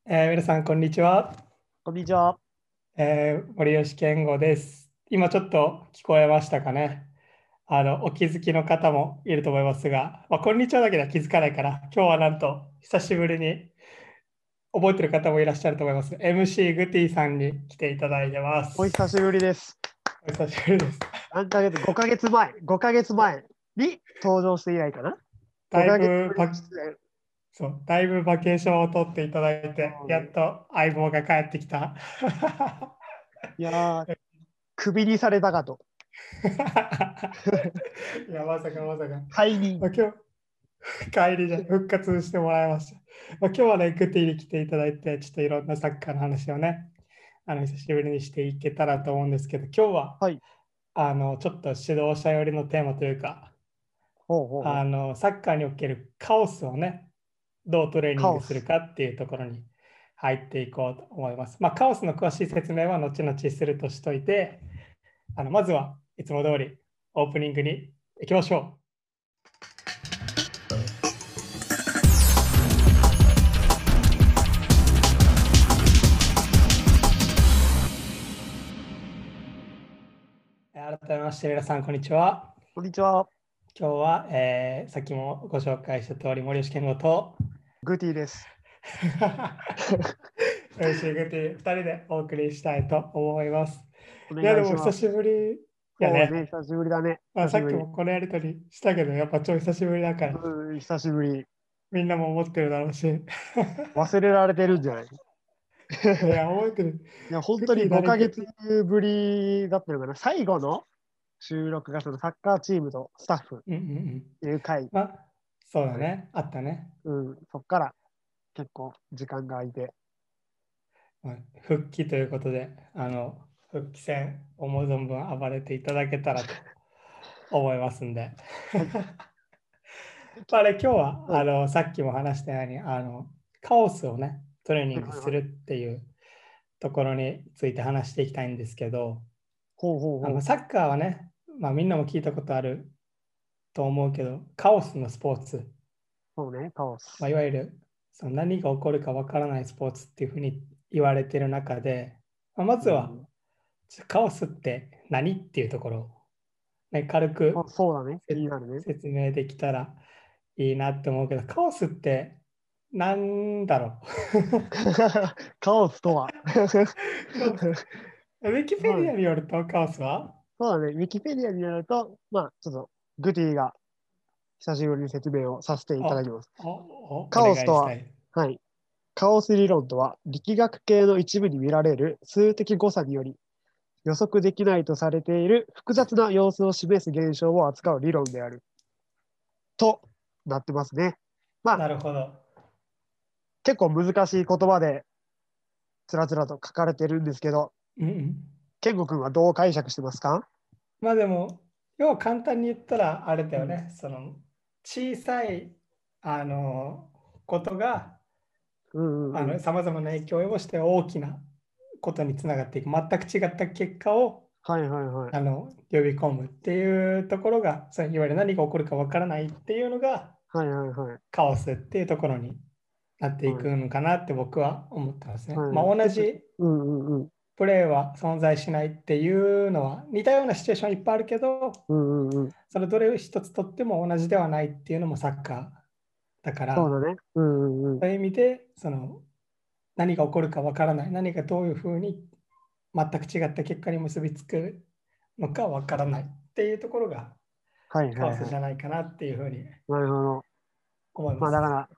皆さん、こんにちは。 こんにちは。 森吉健吾です。今ちょっと聞こえましたかね。お気づきの方もいると思いますが、こんにちはだけでは気づかないから、今日はなんと久しぶりに覚えてる方もいらっしゃると思います。MC グティさんに来ていただいてます。 お久しぶりです。 お久しぶりです。 何ヶ月、5ヶ月前、5ヶ月前に登場して以来かな。 だい 5ヶ月ぶバ、 ぶりの出演。 そう、だいぶバケーションを取っていただいて、やっそうね。 と相棒が帰ってきた。 いやー、クビにされたかと。 いや、まさかまさか。 解任。 今日、帰りじゃ復活してもらいました。今日はね、グティに来ていただいて、ちょっといろんなサッカーの話をね、久しぶりにしていけたらと思うんですけど、今日ははい。 ちょっと指導者寄りのテーマというか、 ほうほうほう。 サッカーにおけるカオスをね、どうトレーニングするカオス。 かっていうところに入っていこうと思います。カオスの詳しい説明は後々するとしといて、まずはいつも通りオープニングに行きましょう。改めまして皆さん、こんにちは。 こんにちは。 今日は、さっきもご紹介した通り、森吉健吾とグティです。 MC グティ2人でお送りしたいと思います。 おいや、で願いしも久します。 ぶりやそうね、 ね。 久しぶりだね。久さしぶり。 っきもこのやりとりしたけど、やっぱ超久しぶりだから、 うん、久しぶり。 みんなも思ってるだろうし。 忘れられてるんじゃない？いいや、覚えてる。 や、本グテ当に5ヶィ月ぶりだったのかな。最後の収録がそのサッカーチームとスタッフうんうんうん。 っていう回。 そうだね。あったね。 うん、そっから結構時間が空いて。 復帰ということで、復帰戦、思う存分暴れていただけたらと思いますんで。 はい。 今日ははい。 さっきも話したようにカオスをねトレーニはいはいはい。 ングするっていうところについて話していきたいんですけど、 ほうほうほう。 サッカーはね、みんなも聞いたことあると思うけど、カオスのスポーツ、 そうね、カオス。 いわゆるその何が起こるかわからないスポーツっていうふうに言われている中で、まずはうん。 カオスって何っていうところを、ね、軽くそうだね。気になるね。 説明できたらいいなって思うけど、カオスってなんだろカオスとは。 う。カオス。ウィキペそうね。 ディアによるとカオスは、 そうだね。ウィキペディアによると、まあ、ちょっと、グティが久しぶりに説明をさせていただきます。 おカオスとは、 願いしたい。 はい。カオス理論とは、力学系の一部に見られる数的誤差により、予測できないとされている複雑な様子を示す現象を扱う理論である。となってますね。まあ、 なるほど。 結構難しい言葉でつらつらと書かれてるんですけど、 うんうん。 健吾君はどう解釈してますか？ でも、要は簡単に言ったら、あれだうん。 よね。その小さいことがうんうんうん。 さまざまな影響を及ぼして大きなことにつながっていく。全く違った結果をはいはいはい。 呼び込むっていうところが、そういわゆる何が起こるかわからないっていうのがはいはいはい。 カオスっていうところになっていはい。 くのかなって僕は思ってますね。 はい。うんうんうん。 プレーは存在しないっていうのは似たようなシチュエーションいっぱいあるけど、 うんうんうん。 それどれ一つとっても同じではないっていうのもサッカーだから、 そうだね。うんうんうん。 そういう意味で何が起こるかわからない、何がどういうふうに全く違った結果に結びつくのかわからないっていうところがはいカオはいはい。 スじゃないかなっていうふうになるほど。 思います。 まあだから、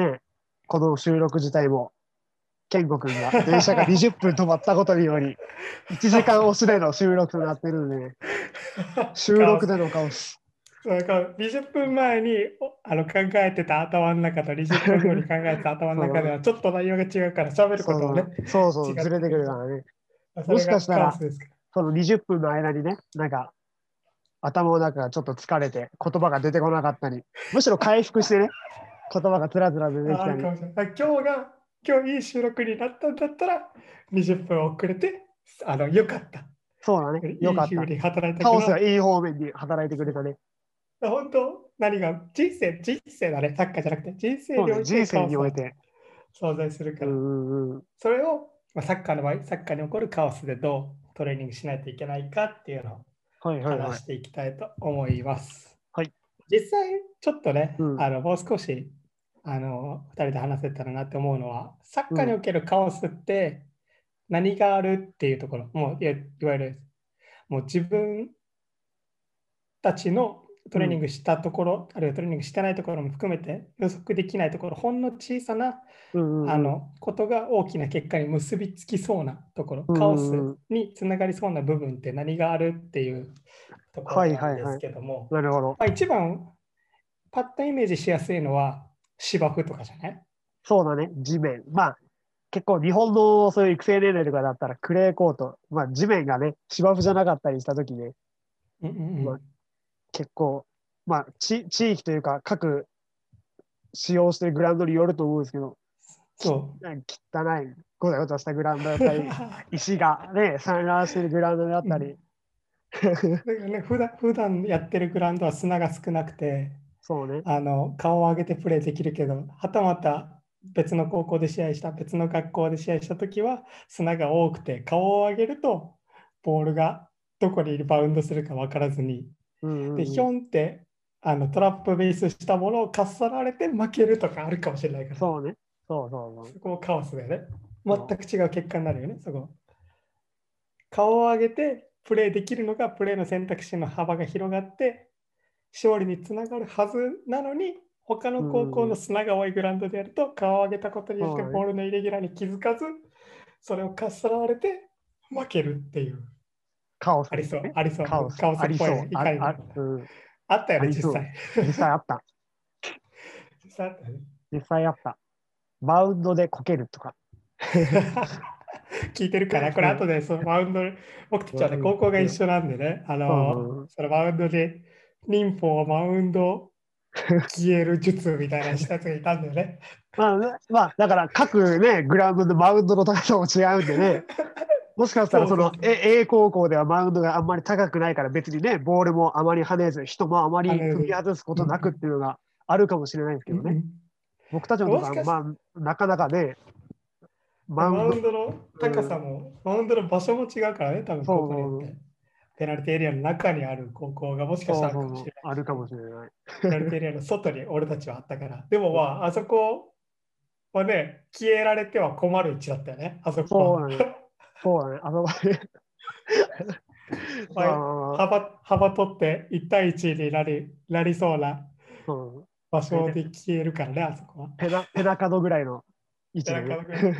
ね、この収録自体も、健吾君が電車が20分止まったことにより、1時間押しでの収録となっているので、収カオス。 録でのカオス。 20分前に考えてた頭の中と20分後に考えてた頭の中でそう、 はちょっと内容が違うから喋ることもね、違そう、ずれてくってくると。 るからね。もしかそれがしたら、 カオスですかその20分の間にね、なんか、頭の中がちょっと疲れて、言葉が出てこなかったり、むしろ回復してね、言葉がつらつら出てら。 きたり。 あるかもしれない。今日いい収録になったんだったら20分遅れて、よかった。 そうだね。よかった。 いい風に働いたカけど、 オスがいい方面に働いてくれたね。 本当、何が人生だね、サッカーじゃなくて、人生そうね。 において人生カオスはにおいて。 存在するうから、 んうん。 それを、サッカーの場合、サッカーに起こるカオスでどうトレーニングしないといけないかっていうのをはいはいはい。 話していきたいと思います。 はい。 実際、ちょっとね、 うん。 もう少し2人で話せたらなって思うのは、サッうん。 カーにおけるカオスって何があるっていうところ、もういわゆるもう自分たちのトうん。 レーニングしたところ、あるいはトレーニングしてないところも含めて予測できないところ、ほんの小さなうんうん。 ことが大きな結果に結びつきそうなところ、 うカオスんうん。 につながりそうな部分って何があるっていうところはいなんですはいはい。 けども、 なるほど。 一番パッとイメージしやすいのは芝生とかじゃない？ そうだね。地面。まあ、結構日本のそういう育成年齢とかだったらクレーコート。まあ、地面がね、芝生じゃなかったりしたときね、 うんうんうまあ、 ん。 結構、まあ、地域というか、各使用してるグラウンドによると思うんですけど、きそ汚い、ごたごたしたグラウンドだっう。 たり、石がね、散乱してるグラウンドだったり、 うん、だからね、普段やってるグラウンドは砂が少なくて、 そうね。 顔を上げてプレーできるけど、はたまた別の高校で試合した、別の学校で試合したときは砂が多くて、顔を上げるとボールがどこにバウンドするか分からずに、 うんで、ヒうんうん。 ョンってトラップベースしたものをかっさられて負けるとかあるかもしれないから、 そうね。そうそうそう。 そこもカオスだよね。全そく違う結果になるよね、そこ。顔を上げてプレーできるのがプレーの選択肢の幅が広がって勝利につながるはずなのに、他う。 の高校のうんうん。 砂が多いグラウンドでやると顔を上げたことによってそうだね。 ボールのイレギュラーに気づかず、それをかっさらわれて負けるっていう。 カオスありそう、 ですね。 ありそう。 カオス。 カオスっぽいね、 ありそう。 いかにも。 うん。 あったよね、 ありそう。 実際。 実際あった。 実際あったよね。 実際あった。バウンドでこけるとか。 聞いてるかなこれ後でそのマウンド、僕たちはね、 うんうん高校がうん。 一緒なんでね、 そうそうそのマウンドで、忍法マウンド消える術みたいなしたやつがいたんだよね。 まあね、まあ、だから各ね、グラウンドのマウンドの高さも違うんでね、もしかしたらそのそうそうそう。 A 高校ではマウンドがあんまり高くないから別にね、ボールもあまり跳ねず、人もあまり踏み外すことなくっていうのがあるかもしれないですけどね。 うんうん僕たちのところは、 もしかしまあ、なかなかね、 てマウンド、 マウンドの高さうん、 も、マウンドの場所も違うからね、多分高校によっそうて。ペナルティーエリアの中にある高校がもしかしたらあるかもしれないあるかもし、 しれない。 ペナルティーエリアの外に俺たちはあったから。でもまあ、あそこはね、消えられては困る位置だったよね、あそこは。 そうだね。そうだね。あの場でまあまあ、 幅取って1対1になりそうなうん、 場所で消えるからね、あそこは。 ペナ角ぐらいの位置で、なでね。 かなか、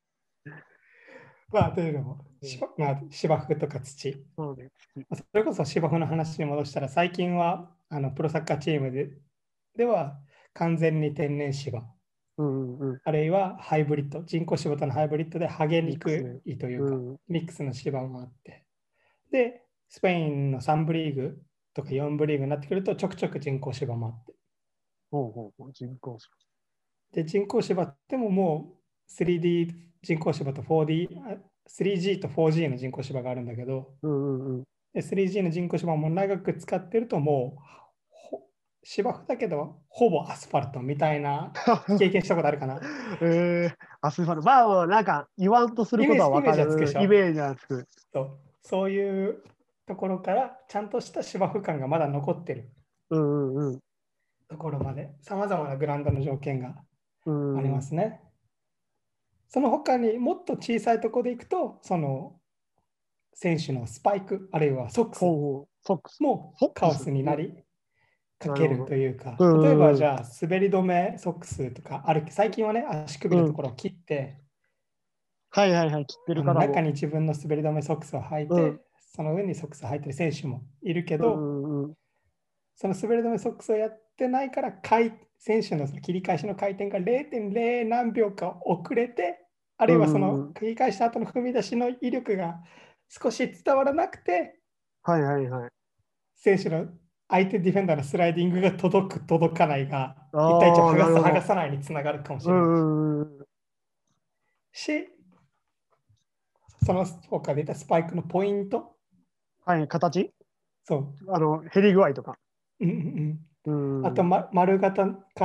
まあ、というのも、芝生とか土。 そうね。 それこそ芝生の話に戻したら、最近はプロサッカーチームでは完全に天然芝、 うんうんうん。 あるいはハイブリッド、人工芝とのハイブリッドで剥げにミックス。 くいというか、 うん。 ミックスの芝もあって、で、スペインの3部リーグとか4部リーグになってくると、ちょくちょく人工芝もあって、 ほうほうほう。人工芝。 で、人工芝ってももう 3D 人工芝と 4D、3G と 4G の人工芝があるんだけど、 うんうんうん。 で 3G の人工芝も長く使ってるともう芝生だけどほぼアスファルトみたいな経験したことあるかな？ アスファルト。まあまあ、なんか言わんとすることはわイメージはつくでかる。 しょ？ イメージはつく。 そういうところからちゃんとした芝生感がまだ残ってるうんうんうん。 ところまでさまざまなグラウンドの条件がありうん。ほうますね。その他にもっと小さいところでいくと、その選手のスパイク、あるいはソックスほう。ソックス。 もカオソックス。 スになりかけるとなるほど。 いうか、例えばうんうんじゃあ滑り止めソックスとかある、最近はね、足首うん。 のところを切って、 はいはいはい。切ってる方も。 中に自分の滑り止めソックスを履いうん。 て、その上にソックスを履いてる選手もいるけうど、 んうんその滑り止めソックスをやってないから選手のその切り返しの回転が0.0何秒か遅れて、あうるいはそのんうん。 繰り返した後の踏み出しの威力が少し伝わらなくて、 はいはいはい。 選手の相手ディフェンダーのスライディングが届く、届かないが、1対1をああ、 剥がす、 なるほど。 剥がさないにつながるかもしうれないんうんうん。 し、その他で言ったスパイクのポイント、 はい、形そう、 減り具合とか。 うんうんうん、 うん。 あと、丸型か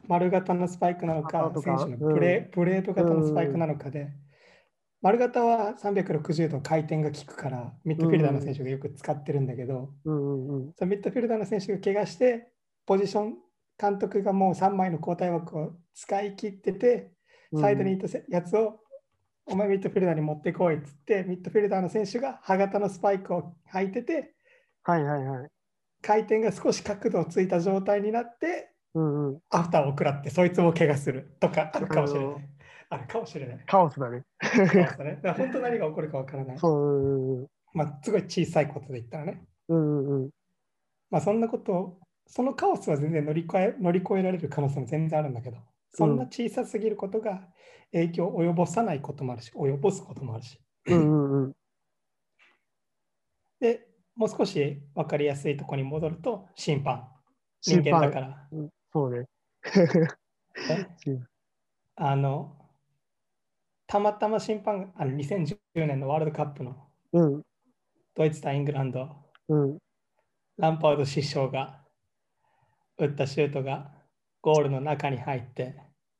丸型のスパイクなのか、 赤とか。 選手のうん。 ブレードう型のスパイクん。 なのかで、丸型は360度回転が効くから、ミッうドフィルダーのん。 選手がよく使ってるんだけど、 うん。うん。 そのミッドフィルダーの選手が怪我して、ポジション、監督がもう3枚の交代枠を使い切ってて、 うん。 サイドにいたやつを、お前ミッドフィルダーに持ってこいっつって、ミッドフィルダーの選手が歯型のスパイクを履いてて、 はいはいはい。 回転が少し角度をついた状態になって、 うんうん。 アフターを食らって、そいつも怪我するとかあるかもしれなの、 い。あるかもしれない。 カオスだね。 カオスだね。だから本当何が起こるかわからない。 そう。 まあ、すごい小さいことで言ったらね。 うんうんうん。 まあ、そんなことを、そのカオスは全然乗り越えられる可能性も全然あるんだけど、そんなうん。 小さすぎることが影響を及ぼさないこともあるし、及ぼすこともあるし。 うんうんうん。 で、もう少し分かりやすいところに戻ると、審判。人間審判。 だから。 うん、そうね。 ね、 審あの、たまたま審判、2010年のワールドカップのうん。 ドイツ対イングランド、 うん。 ランパード師匠が打ったシュートがゴールの中に入って、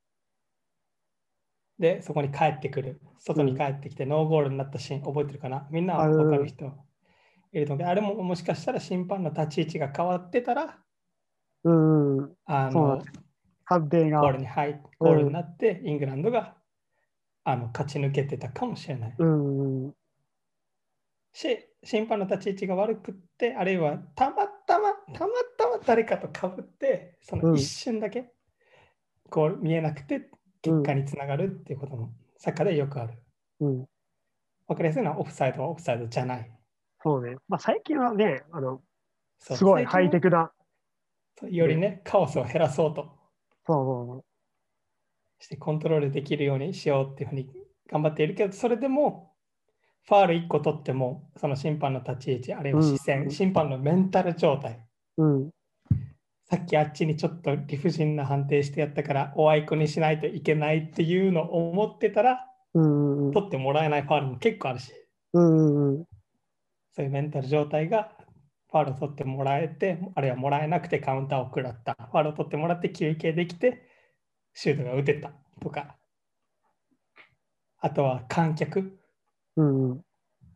で、そこに帰ってくる。外にうん。 帰ってきてノーゴールになったシーン、覚えてるかな？みんなあは分かるる。 人いると思うけど、あれももしかしたら審判の立ち位置が変わってたら、 うんうん。 あのそうだね。判定が。 ゴールうん。 になって、イングランドが勝ち抜けてたかもしれない。 うんうん。 審判の立ち位置が悪くって、あるいはたまたま誰かとかぶって、その一うん。 瞬だけゴール見えなくて、結果うん。 につながるっていうこともサッカーでよくある。 うん。 わかりやすいのはオフサイドはオフサイドじゃない。 そうね。まあ最近はね、 そう、 すごい最近はハイテクな、ね。 よりね、カオスを減らそうとそうそうしてコントロールできるようにしようっていうふうに頑張っているけど、それでもファール1個取っても、その審判の立ち位置、あるいそう。 は視線、 うん。 審判のメンタル状態、 うん。 さっきあっちにちょっと理不尽な判定してやったから、おあいこにしないといけないっていうのを思ってたら、 うんうん。 取ってもらえないファールも結構あるし、 うんうん。 そういうメンタル状態がファールを取ってもらえて、あるいはもらえなくてカウンターを食らった、ファールを取ってもらって休憩できて、シュートが打てたとか、あとはうんうん。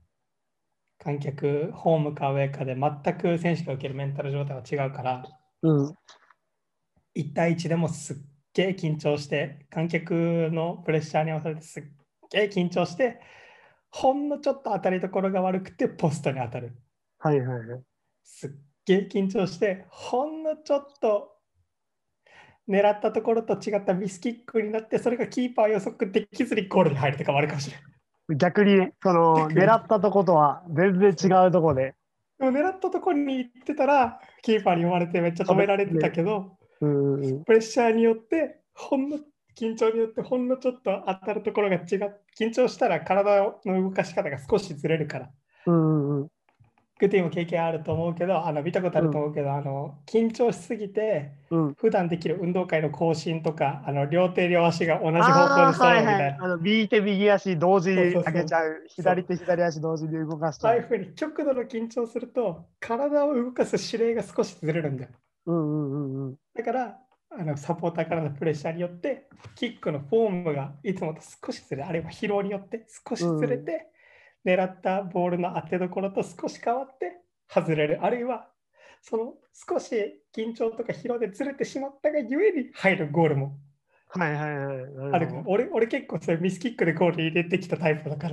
ホームかアウェーかで全く選手が受けるメンタル状態は違うから、 うん。 1対1でもすっげえ緊張して、観客のプレッシャーに合わされてすっげえ緊張して、ほんのちょっと当たりどころが悪くてポストに当たる。 はいはいはい。 すっげえ緊張して、ほんのちょっと狙ったところと違ったミスキックになって、それがキーパー予測できずにゴールに入るとかもあるかもしれない。 逆にね、 逆に。 狙ったとことは全然違そう。 うとこででも狙ったところに行ってたら、キーパーに読まれてめっちゃ止められてたね。 けど、 うんうん。 プレッシャーによって、緊張によってほんのちょっと当たるところが緊張したら体の動かし方が少しずれるから。 うんうんグティも経験あると思うけど、見たことあうん。 ると思うけど、緊張しすぎて、 うん。 普段できる運動会の更新とか、両手両足が同じ方向ああ、 で揃はいはい。 うみたいな。 右手右足同時そうにそうそう。 上げちゃう。左手そう。 左足同時に動かしちゃう。 ああいうふうに極度の緊張すると、体を動かす指令が少しずれるんだよ。 うんうんうんうん。 だから、サポーターからのプレッシャーによって、キックのフォームがいつもと少しずれ、あるいは疲労によって少しずうんうん。 れて、狙ったボールの当てどころと少し変わって外れる。あるいは、その少し緊張とか疲労でずれてしまったがゆえに入るゴールもはいはいはい。なるあるから、 ほど。 俺結構そういうミスキックでゴール入れてきたタイプだから、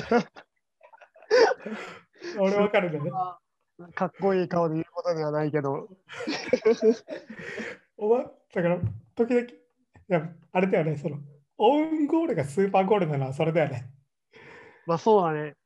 俺すごいわかるんだよね。 かっこいい顔で言うことではないけど。 だから、時々、あれだよね、オウンゴールがスーパーゴールなのはそれだよね。 まあそうだね。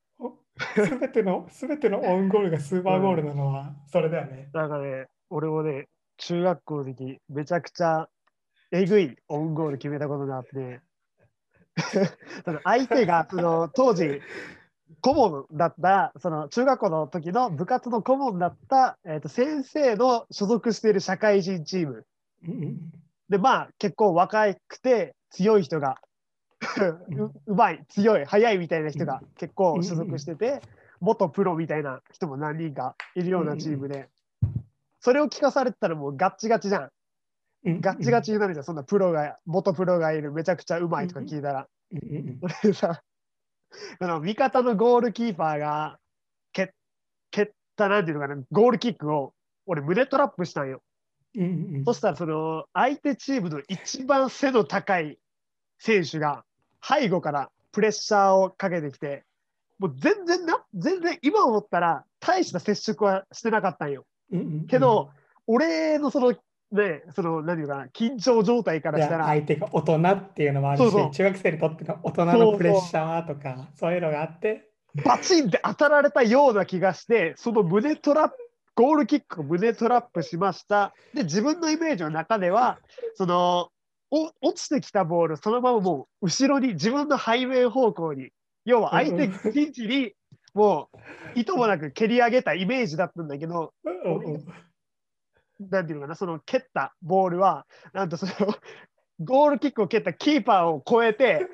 すべてのオウンゴールがスーパーゴールうん。 なのはそれだよね。 なんかね、俺もね、中学校の時、めちゃくちゃえぐいオウンゴール決めたことがあって、その相手が当時顧問だった、その中学校の時の部活の顧問だった、先生の所属している社会人チームうん。 で、まあ結構若くて強い人がうん。 うまい、強い、速いみたいな人がうん。 結構所うん。うん。 属してて、元プロみたいな人も何人かいるうん。うようなチームん。 で、それを聞かされてたらもうガッチガチじゃん。 ガッチガチになるじゃん、そんなプロが、元プロがいる、めちゃくちゃうまいとか聞いたら。俺さ、味方のゴールキーパーが蹴ったなんていうのかな、ゴールキックを俺胸トラップしたんよ。そしたらその相手チームの一番背の高い選手が背後からプレッシャーをかけてきて、もう全然今思ったら大した接触はしてなかったんよ。けど、俺のそのね、その何ていうかな、緊張状態からしたら、 相手が大人っていうのもあるし、中学生にとっての大人のプレッシャーとか、そういうのがあって。 バチンって当たられたような気がして、その胸トラップ、ゴールキックを胸トラップしました。で、自分のイメージの中では、その、落ちてきたボール、そのままもう後ろに、自分の背面方向に、要は相手ピンチに、もう、いともなく蹴り上げたイメージだったんだけど、なんていうのかな、その蹴ったボールは、なんとその、ゴールキックを蹴ったキーパーを超えて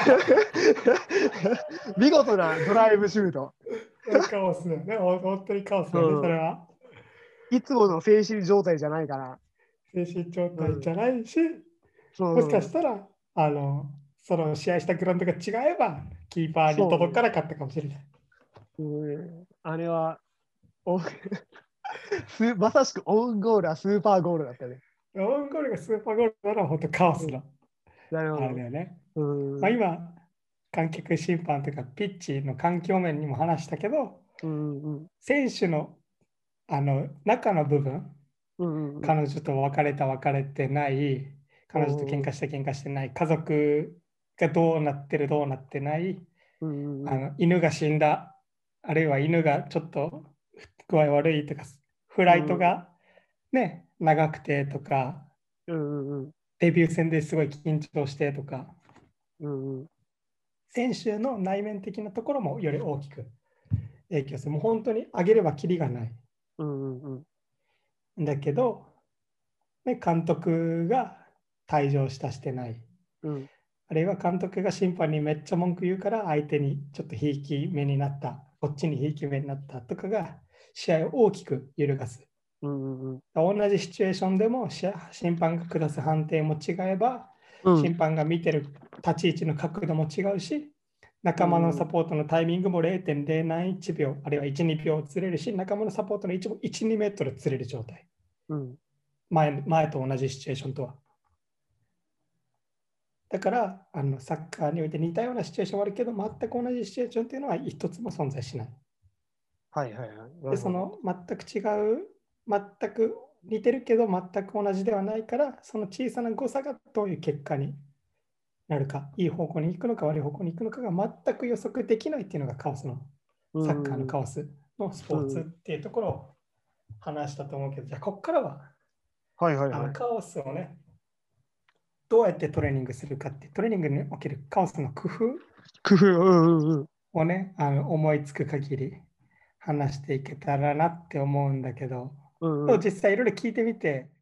見事なドライブシュート。 カオスだよね。本当にカオスだよね、それは。 いつもの精神状態じゃないから。 精神状態じゃないし、 もしかしたら、その試合したグラウンドが違えば、キーパーに届かなかったかもしれない。 あれはまさしくオウンゴールはスーパーゴールだったね。 オウンゴールがスーパーゴールなら本当カオスの、あれだよね。今、観客審判というか、ピッチの環境面にも話したけど、選手の、中の部分、彼女と別れてない、彼女と喧嘩してない、家族がどうなってる、どうなってない、犬が死んだ、あるいは犬がちょっと具合悪いとか、フライトがね、長くてとか、デビュー戦ですごい緊張してとか、選手の内面的なところもより大きく影響する。もう本当に上げればきりがない。だけど、ね、監督が退場してない。あるいは監督が審判にめっちゃ文句言うから相手にちょっとひいき目になった、こっちにひいき目になったとかが試合を大きく揺るがす。同じシチュエーションでも審判が下す判定も違えば、審判が見てる立ち位置の角度も違うし、仲間のサポートのタイミングも0.091秒、あるいは1、2秒ずれるし、仲間のサポートの位置も1、2メートルずれる状態。前と同じシチュエーションとは。だからサッカーにおいて似たようなシチュエーションはあるけど、全く同じシチュエーションというのは一つも存在しない。で、その全く違う、全く似てるけど全く同じではないから、その小さな誤差がどういう結果になるか、いい方向に行くのか悪い方向に行くのかが全く予測できないっていうのがカオスの、サッカーのカオスのスポーツっていうところを話したと思うけど、じゃあここからは、カオスをね、どうやってトレーニングするかって、トレーニングにおけるカオスの工夫をね、思いつく限り話していけたらなって思うんだけど、実際いろいろ聞いてみて、